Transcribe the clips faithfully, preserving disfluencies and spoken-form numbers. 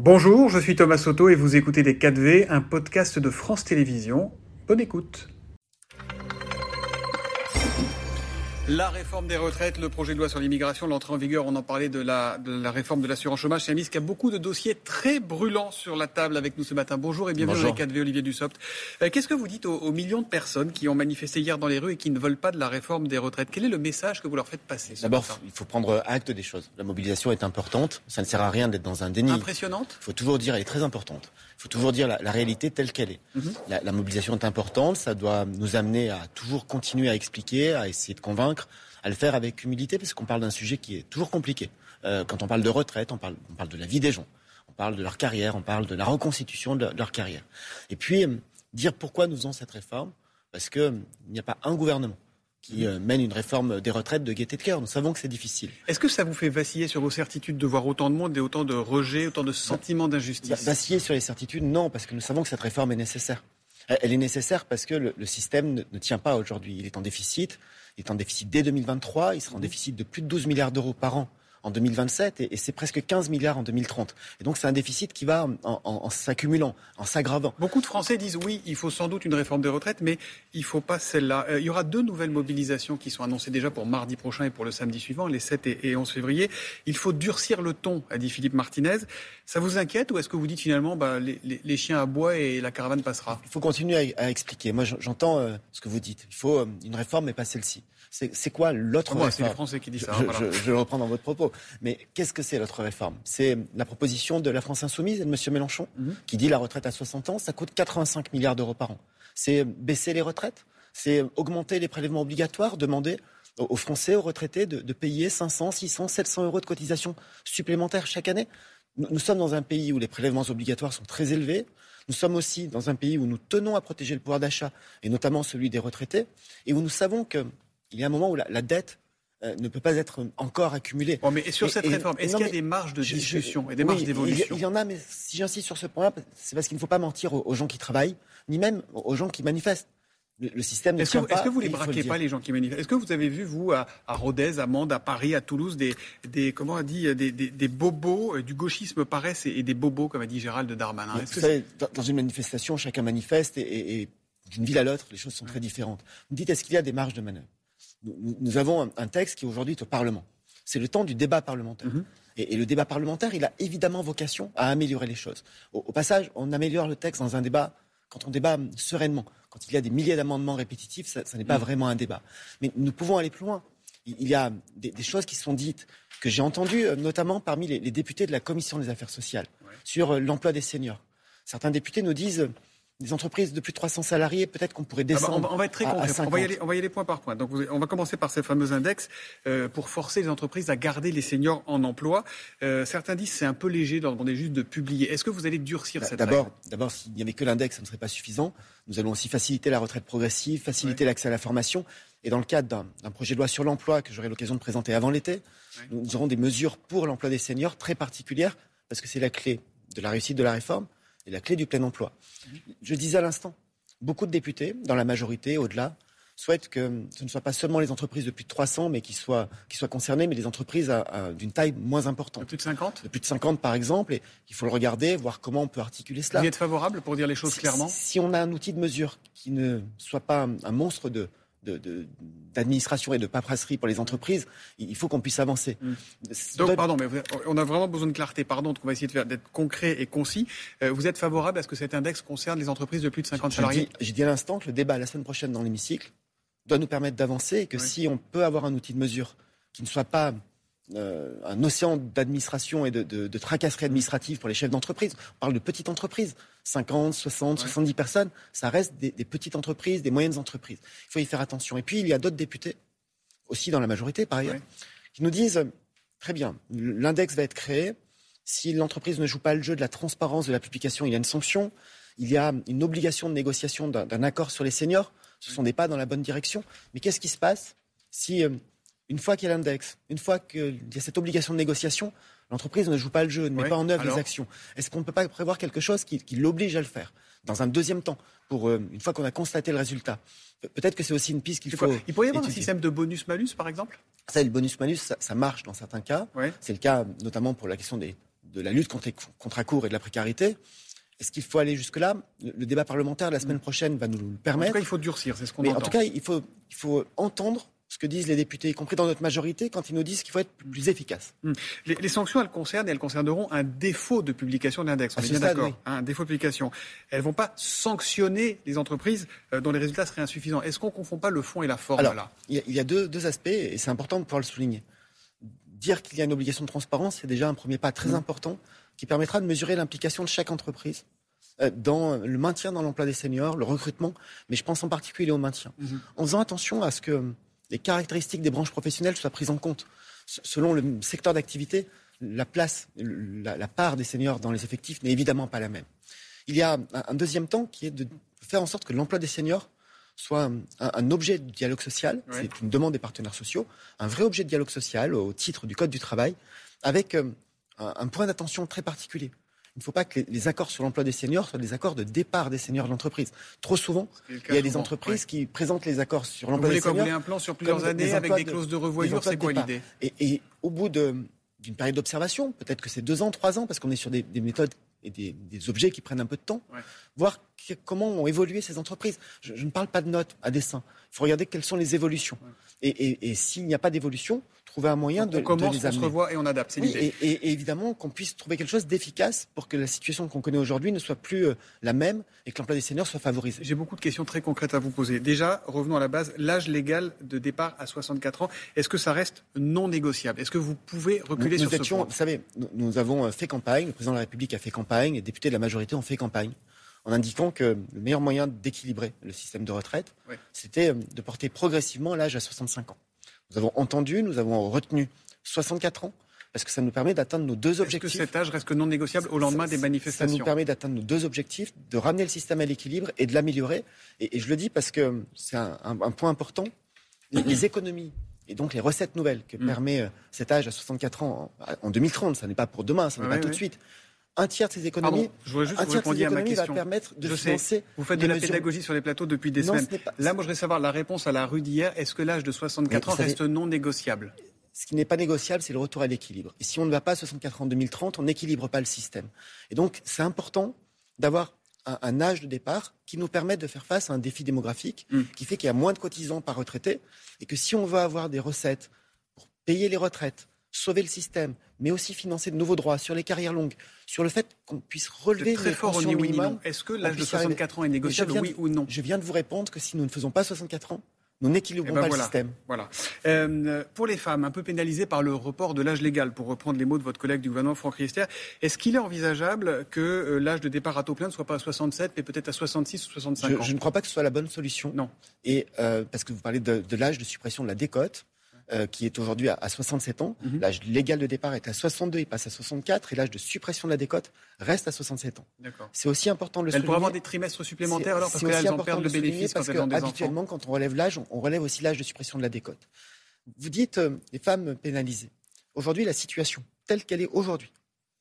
Bonjour, je suis Thomas Soto et vous écoutez Les quatre V, un podcast de France Télévisions. Bonne écoute. La réforme des retraites, le projet de loi sur l'immigration, l'entrée en vigueur, on en parlait de la, de la réforme de l'assurance chômage. C'est un ministre qui a beaucoup de dossiers très brûlants sur la table avec nous ce matin. Bonjour et bienvenue dans les quatre V, Olivier Dussopt. Euh, qu'est-ce que vous dites aux, aux millions de personnes qui ont manifesté hier dans les rues et qui ne veulent pas de la réforme des retraites ? Quel est le message que vous leur faites passer ? D'abord, matin il faut prendre acte des choses. La mobilisation est importante. Ça ne sert à rien d'être dans un déni. Impressionnante ? Il faut toujours dire, elle est très importante. Il faut toujours dire la, la réalité telle qu'elle est. Mm-hmm. La, la mobilisation est importante. Ça doit nous amener à toujours continuer à expliquer, à essayer de convaincre, à le faire avec humilité, parce qu'on parle d'un sujet qui est toujours compliqué. Euh, quand on parle de retraite, on parle, on parle de la vie des gens, on parle de leur carrière, on parle de la reconstitution de leur, de leur carrière. Et puis, euh, dire pourquoi nous faisons cette réforme, parce qu'il euh, n'y a pas un gouvernement qui euh, mène une réforme des retraites de gaieté de cœur. Nous savons que c'est difficile. Est-ce que ça vous fait vaciller sur vos certitudes de voir autant de monde et autant de rejets, autant de sentiments d'injustice ? Va- Vaciller sur les certitudes, non, parce que nous savons que cette réforme est nécessaire. Elle est nécessaire parce que le, le système ne, ne tient pas aujourd'hui. Il est en déficit. Il est en déficit dès deux mille vingt-trois. Il sera en déficit de plus de douze milliards d'euros par an en deux mille vingt-sept et, et c'est presque quinze milliards en deux mille trente. Et donc c'est un déficit qui va en, en, en s'accumulant, en s'aggravant. Beaucoup de Français disent oui, il faut sans doute une réforme des retraites, mais il ne faut pas celle-là. Euh, il y aura deux nouvelles mobilisations qui sont annoncées déjà pour mardi prochain et pour le samedi suivant, les sept et onze février. Il faut durcir le ton, a dit Philippe Martinez. Ça vous inquiète ou est-ce que vous dites finalement bah, les, les, les chiens aboient et la caravane passera ? Il faut continuer à, à expliquer. Moi j'entends euh, ce que vous dites. Il faut euh, une réforme mais pas celle-ci. C'est, c'est quoi l'autre oh, réforme ? C'est les Français qui disent ça. Je, hein, voilà. je, je le reprends dans votre propos. Mais qu'est-ce que c'est l'autre réforme ? C'est la proposition de la France Insoumise et de M. Mélenchon, mm-hmm. qui dit la retraite à soixante ans, ça coûte quatre-vingt-cinq milliards d'euros par an. C'est baisser les retraites, c'est augmenter les prélèvements obligatoires, demander aux Français, aux retraités de, de payer cinq cents, six cents, sept cents euros de cotisations supplémentaires chaque année. Nous, nous sommes dans un pays où les prélèvements obligatoires sont très élevés. Nous sommes aussi dans un pays où nous tenons à protéger le pouvoir d'achat, et notamment celui des retraités, et où nous savons que il y a un moment où la, la dette euh, ne peut pas être encore accumulée. Oh, mais sur et, cette et, réforme, est-ce non, qu'il y a des marges de discussion je, et des marges oui, d'évolution ? Il y, il y en a, mais si j'insiste sur ce point-là, c'est parce qu'il ne faut pas mentir aux, aux gens qui travaillent, ni même aux gens qui manifestent. Le, le système ne est-ce tient que, pas. Est-ce que vous les braquez pas, les gens qui manifestent ? Est-ce que vous avez vu, vous, à, à Rodez, à Mende, à Paris, à Toulouse, des, des comment on dit, des, des, des bobos, euh, du gauchisme paraissent, et, et des bobos, comme a dit Gérald Darmanin. Vous savez, dans, dans une manifestation, chacun manifeste, et, et, et d'une ville à l'autre, les choses sont ouais. très différentes. Vous me dites, est-ce qu'il y a des marges de manœuvre ? Nous, nous avons un, un texte qui aujourd'hui est au Parlement. C'est le temps du débat parlementaire. Mmh. Et, et le débat parlementaire, il a évidemment vocation à améliorer les choses. Au, au passage, on améliore le texte dans un débat quand on débat sereinement. Quand il y a des milliers d'amendements répétitifs, ça, ça n'est pas mmh. vraiment un débat. Mais nous pouvons aller plus loin. Il, il y a des, des choses qui sont dites, que j'ai entendues, notamment parmi les, les députés de la Commission des affaires sociales, ouais. sur l'emploi des seniors. Certains députés nous disent... des entreprises de plus de trois cents salariés, peut-être qu'on pourrait descendre. Ah bah on, va, on va être très concret. On va y aller, on va y aller point par point. Donc, vous, on va commencer par ces fameux index euh, pour forcer les entreprises à garder les seniors en emploi. Euh, certains disent que c'est un peu léger de demander juste de publier. Est-ce que vous allez durcir bah, cette d'abord, règle ? D'abord, s'il n'y avait que l'index, ça ne serait pas suffisant. Nous allons aussi faciliter la retraite progressive, faciliter ouais. l'accès à la formation. Et dans le cadre d'un, d'un projet de loi sur l'emploi que j'aurai l'occasion de présenter avant l'été, ouais. nous aurons des mesures pour l'emploi des seniors très particulières parce que c'est la clé de la réussite de la réforme et la clé du plein emploi. Mmh. Je disais à l'instant, beaucoup de députés, dans la majorité, au-delà, souhaitent que ce ne soit pas seulement les entreprises de plus de trois cents, mais qui soient, qui soient concernées, mais les entreprises à, à, d'une taille moins importante. De plus de cinquante ? De plus de cinquante, par exemple, et il faut le regarder, voir comment on peut articuler cela. Vous y êtes favorable, pour dire les choses si, clairement ? si, si on a un outil de mesure qui ne soit pas un, un monstre de, de, de, d'administration et de paperasserie pour les entreprises, il faut qu'on puisse avancer. Mmh. Donc, de... pardon, mais on a vraiment besoin de clarté. Pardon, donc on va essayer de faire, d'être concret et concis. Euh, vous êtes favorable à ce que cet index concerne les entreprises de plus de cinquante je, salariés ? je dis, J'ai dit à l'instant que le débat la semaine prochaine dans l'hémicycle doit nous permettre d'avancer et que oui. si on peut avoir un outil de mesure qui ne soit pas euh, un océan d'administration et de, de, de tracasserie administrative pour les chefs d'entreprise, on parle de petites entreprises, cinquante, soixante, ouais. soixante-dix personnes, ça reste des, des petites entreprises, des moyennes entreprises. Il faut y faire attention. Et puis, il y a d'autres députés, aussi dans la majorité par ailleurs, ouais. qui nous disent, très bien, l'index va être créé, si l'entreprise ne joue pas le jeu de la transparence de la publication, il y a une sanction, il y a une obligation de négociation d'un, d'un accord sur les seniors, ce sont des pas dans la bonne direction. Mais qu'est-ce qui se passe si, euh, une fois qu'il y a l'index, une fois qu'il y a cette obligation de négociation, l'entreprise ne joue pas le jeu, ne met ouais, pas en œuvre alors... les actions ? Est-ce qu'on ne peut pas prévoir quelque chose qui, qui l'oblige à le faire dans un deuxième temps, pour euh, une fois qu'on a constaté le résultat ? Peut-être que c'est aussi une piste qu'il c'est faut. Quoi Il pourrait y avoir étudier. Un système de bonus-malus, par exemple ? Ça, le bonus-malus, ça, ça marche dans certains cas. Ouais. C'est le cas notamment pour la question des, de la lutte contre les contrats courts et de la précarité. Est-ce qu'il faut aller jusque-là ? le, le débat parlementaire de la semaine prochaine va nous le permettre. En tout cas, il faut durcir, c'est ce qu'on Mais entend. En tout cas, il faut, il faut entendre ce que disent les députés, y compris dans notre majorité, quand ils nous disent qu'il faut être plus efficace. Mmh. Les, les sanctions, elles concernent et elles concerneront un défaut de publication de l'index. On à est bien stade, d'accord. Oui. Hein, un défaut de publication. Elles ne vont pas sanctionner les entreprises dont les résultats seraient insuffisants. Est-ce qu'on ne confond pas le fond et la forme Alors, là ? Il y a, y a deux, deux aspects, et c'est important de pouvoir le souligner. Dire qu'il y a une obligation de transparence, c'est déjà un premier pas très mmh. important qui permettra de mesurer l'implication de chaque entreprise dans le maintien dans l'emploi des seniors, le recrutement, mais je pense en particulier au maintien. Mmh. En faisant attention à ce que les caractéristiques des branches professionnelles soient prises en compte. Selon le secteur d'activité, la place, la, la part des seniors dans les effectifs n'est évidemment pas la même. Il y a un, un deuxième temps qui est de faire en sorte que l'emploi des seniors soit un, un objet de dialogue social. Oui. C'est une demande des partenaires sociaux, un vrai objet de dialogue social au titre du Code du travail, avec euh, un, un point d'attention très particulier. Il ne faut pas que les, les accords sur l'emploi des seniors soient des accords de départ des seniors de l'entreprise. Trop souvent, il y a des entreprises ouais. qui présentent les accords sur l'emploi des seniors. Vous voulez un plan sur plusieurs années avec des clauses de revoyure, c'est quoi l'idée ? et, et au bout de, d'une période d'observation, peut-être que c'est deux ans, trois ans, parce qu'on est sur des, des méthodes et des, des objets qui prennent un peu de temps, ouais. voir que, comment ont évolué ces entreprises. Je, je ne parle pas de notes à dessein. Il faut regarder quelles sont les évolutions. Ouais. Et, et, et s'il n'y a pas d'évolution, trouver un moyen Donc de, on commence, de les amener. On se revoit et on adapte, c'est oui, l'idée. Et, et, et évidemment qu'on puisse trouver quelque chose d'efficace pour que la situation qu'on connaît aujourd'hui ne soit plus euh, la même et que l'emploi des seniors soit favorisé. J'ai beaucoup de questions très concrètes à vous poser. Déjà, revenons à la base, l'âge légal de départ à soixante-quatre ans, est-ce que ça reste non négociable ? Est-ce que vous pouvez reculer nous, sur nous étions, ce point ? Vous savez, nous, nous avons fait campagne, le président de la République a fait campagne, les députés de la majorité ont fait campagne, en indiquant que le meilleur moyen d'équilibrer le système de retraite, oui. c'était de porter progressivement l'âge à soixante-cinq ans. Nous avons entendu, nous avons retenu soixante-quatre ans, parce que ça nous permet d'atteindre nos deux objectifs. Est-ce que cet âge reste que non négociable au lendemain ça, des manifestations ? Ça nous permet d'atteindre nos deux objectifs, de ramener le système à l'équilibre et de l'améliorer. Et, et je le dis parce que c'est un, un, un point important. Les, les économies et donc les recettes nouvelles que mmh. permet euh, cet âge à soixante-quatre ans en, en deux mille trente, ça n'est pas pour demain, ça n'est oui, pas tout oui. de suite. Un tiers de ces économies, Pardon, je voudrais juste un vous tiers de ces économies va permettre de je financer. Sais, vous faites de la mesures. pédagogie sur les plateaux depuis des non, semaines. Pas... Là, moi, je voudrais savoir la réponse à la rue d'hier. Est-ce que l'âge de soixante-quatre ans savez, reste non négociable ? Ce qui n'est pas négociable, c'est le retour à l'équilibre. Et si on ne va pas à soixante-quatre ans en deux mille trente, on n'équilibre pas le système. Et donc, c'est important d'avoir un, un âge de départ qui nous permette de faire face à un défi démographique mmh. qui fait qu'il y a moins de cotisants par retraité et que si on veut avoir des recettes pour payer les retraites, sauver le système, mais aussi financer de nouveaux droits sur les carrières longues, sur le fait qu'on puisse relever très les fort pensions au minimales. Est-ce que l'âge de soixante-quatre ans est négociable, oui de, ou non ? Je viens de vous répondre que si nous ne faisons pas soixante-quatre ans, nous n'équilibrons eh ben pas voilà, le système. Voilà. Euh, pour les femmes, un peu pénalisées par le report de l'âge légal, pour reprendre les mots de votre collègue du gouvernement, Franck Riester, est-ce qu'il est envisageable que euh, l'âge de départ à taux plein ne soit pas à soixante-sept, mais peut-être à soixante-six ou soixante-cinq je, ans ? Je ne crois pas que ce soit la bonne solution. Non. Et euh, parce que vous parlez de, de l'âge de suppression de la décote, euh, qui est aujourd'hui à, à soixante-sept ans. Mm-hmm. L'âge légal de départ est à soixante-deux, il passe à soixante-quatre, et l'âge de suppression de la décote reste à soixante-sept ans. D'accord. C'est aussi important de le elle souligner. pourrait avoir des trimestres supplémentaires alors, parce qu'elles en perdent le bénéfice quand elles ont des enfants. Habituellement, quand on relève l'âge, on relève aussi l'âge de suppression de la décote. Vous dites euh, les femmes pénalisées. Aujourd'hui, la situation telle qu'elle est aujourd'hui,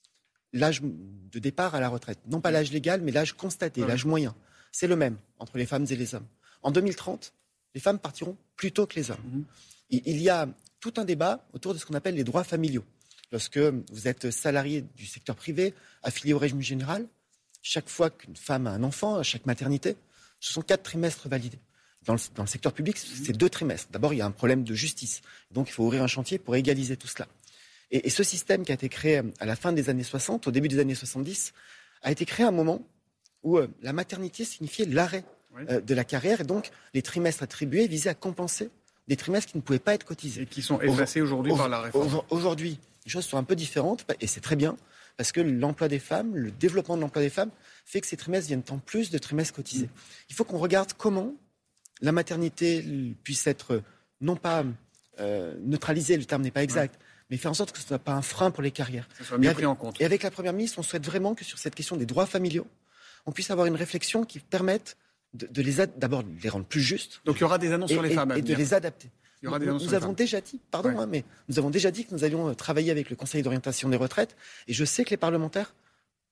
l'âge de départ à la retraite, non pas l'âge légal, mais l'âge constaté, ouais. l'âge moyen, c'est le même entre les femmes et les hommes. En deux mille trente, les femmes partiront plus tôt que les hommes. Mmh. Il y a tout un débat autour de ce qu'on appelle les droits familiaux. Lorsque vous êtes salarié du secteur privé, affilié au régime général, chaque fois qu'une femme a un enfant, à chaque maternité, ce sont quatre trimestres validés. Dans le, dans le secteur public, c'est deux trimestres. D'abord, il y a un problème de justice. Donc, il faut ouvrir un chantier pour égaliser tout cela. Et, et ce système qui a été créé à la fin des années soixante, au début des années soixante-dix, a été créé à un moment où euh, la maternité signifiait l'arrêt oui. euh, de la carrière. Et donc, les trimestres attribués visaient à compenser des trimestres qui ne pouvaient pas être cotisés. Et qui sont effacés aujourd'hui, aujourd'hui par la réforme. Aujourd'hui, les choses sont un peu différentes, et c'est très bien, parce que l'emploi des femmes, le développement de l'emploi des femmes, fait que ces trimestres viennent en plus de trimestres cotisés. Mmh. Il faut qu'on regarde comment la maternité puisse être, non pas euh, neutralisée, le terme n'est pas exact, ouais. mais faire en sorte que ce ne soit pas un frein pour les carrières. Que ce soit bien pris en compte. Et avec la Première ministre, on souhaite vraiment que sur cette question des droits familiaux, on puisse avoir une réflexion qui permette de, de les ad... d'abord de les rendre plus justes. Donc il y aura des annonces et, sur les et, femmes à et venir. de les adapter. Il y aura des nous annonces nous sur avons les femmes. déjà dit, pardon, ouais. hein, mais nous avons déjà dit que nous allions travailler avec le Conseil d'orientation des retraites, et je sais que les parlementaires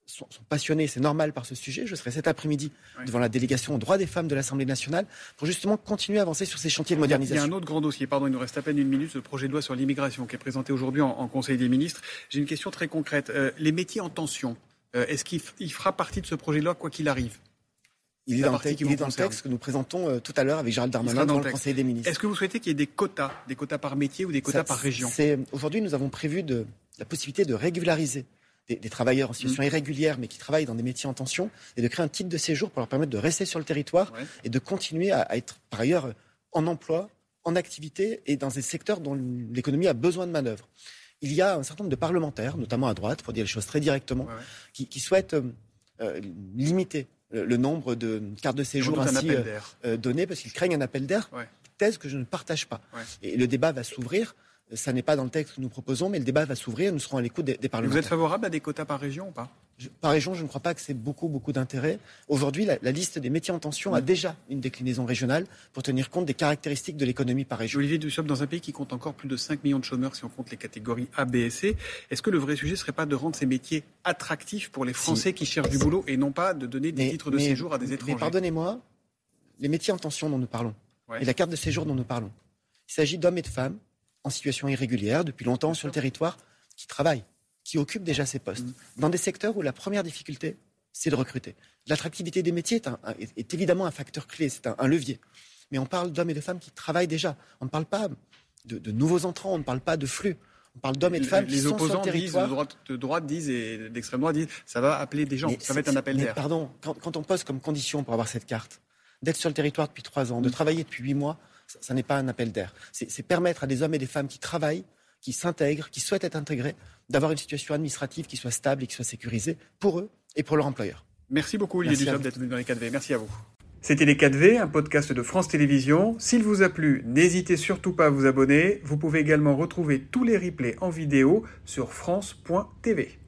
sont, sont passionnés, c'est normal, par ce sujet. Je serai cet après-midi oui. devant la délégation aux droits des femmes de l'Assemblée nationale pour justement continuer à avancer sur ces chantiers de modernisation. Il y a un autre grand dossier, pardon, il nous reste à peine une minute, le projet de loi sur l'immigration qui est présenté aujourd'hui en, en Conseil des ministres. J'ai une question très concrète. Euh, les métiers en tension, euh, est-ce qu'il f- il fera partie de ce projet de loi quoi qu'il arrive ? Il est dans, le, te- il est dans le texte que nous présentons euh, tout à l'heure avec Gérald Darmanin dans le, le Conseil des ministres. Est-ce que vous souhaitez qu'il y ait des quotas, des quotas par métier ou des quotas Ça, par région ? c'est, Aujourd'hui, nous avons prévu de, la possibilité de régulariser des, des travailleurs en situation mmh. irrégulière mais qui travaillent dans des métiers en tension et de créer un titre de séjour pour leur permettre de rester sur le territoire ouais. et de continuer à, à être par ailleurs en emploi, en activité et dans des secteurs dont l'économie a besoin de manœuvre. Il y a un certain nombre de parlementaires, notamment à droite, pour dire les choses très directement, ouais, ouais. Qui, qui souhaitent euh, limiter le, le nombre de cartes de séjour ainsi euh, données parce qu'ils craignent un appel d'air, ouais. thèse que je ne partage pas. Ouais. Et le débat va s'ouvrir. Ça n'est pas dans le texte que nous proposons, mais le débat va s'ouvrir. Nous serons à l'écoute des, des parlementaires. Vous êtes favorable à des quotas par région ou pas ? je, Par région, je ne crois pas que c'est beaucoup, beaucoup d'intérêt. Aujourd'hui, la, la liste des métiers en tension mmh. a déjà une déclinaison régionale pour tenir compte des caractéristiques de l'économie par région. Olivier Dussopt, dans un pays qui compte encore plus de cinq millions de chômeurs si on compte les catégories A, B et C, est-ce que le vrai sujet ne serait pas de rendre ces métiers attractifs pour les Français si. qui cherchent du boulot et non pas de donner des mais, titres de mais, séjour à des étrangers ? Mais pardonnez-moi, les métiers en tension dont nous parlons ouais. et la carte de séjour dont nous parlons, il s'agit d'hommes et de femmes en situation irrégulière depuis longtemps Bien sur sûr. le territoire, qui travaillent, qui occupent déjà ces postes, mmh. dans des secteurs où la première difficulté, c'est de recruter. L'attractivité des métiers est, un, est, est évidemment un facteur clé, c'est un, un levier. Mais on parle d'hommes et de femmes qui travaillent déjà. On ne parle pas de, de nouveaux entrants, on ne parle pas de flux. On parle d'hommes et de femmes les qui sont sur le territoire. Les opposants de droite disent et d'extrême droite disent ça va appeler des gens, mais ça va être un appel mais d'air. Pardon, quand, quand on pose comme condition pour avoir cette carte, d'être sur le territoire depuis trois ans, mmh. de travailler depuis huit mois, ça, ça n'est pas un appel d'air. C'est, c'est permettre à des hommes et des femmes qui travaillent, qui s'intègrent, qui souhaitent être intégrés, d'avoir une situation administrative qui soit stable et qui soit sécurisée pour eux et pour leur employeur. Merci beaucoup Olivier Dussopt d'être venu dans les quatre V. Merci à vous. C'était les quatre V, un podcast de France Télévisions. S'il vous a plu, n'hésitez surtout pas à vous abonner. Vous pouvez également retrouver tous les replays en vidéo sur France point T V.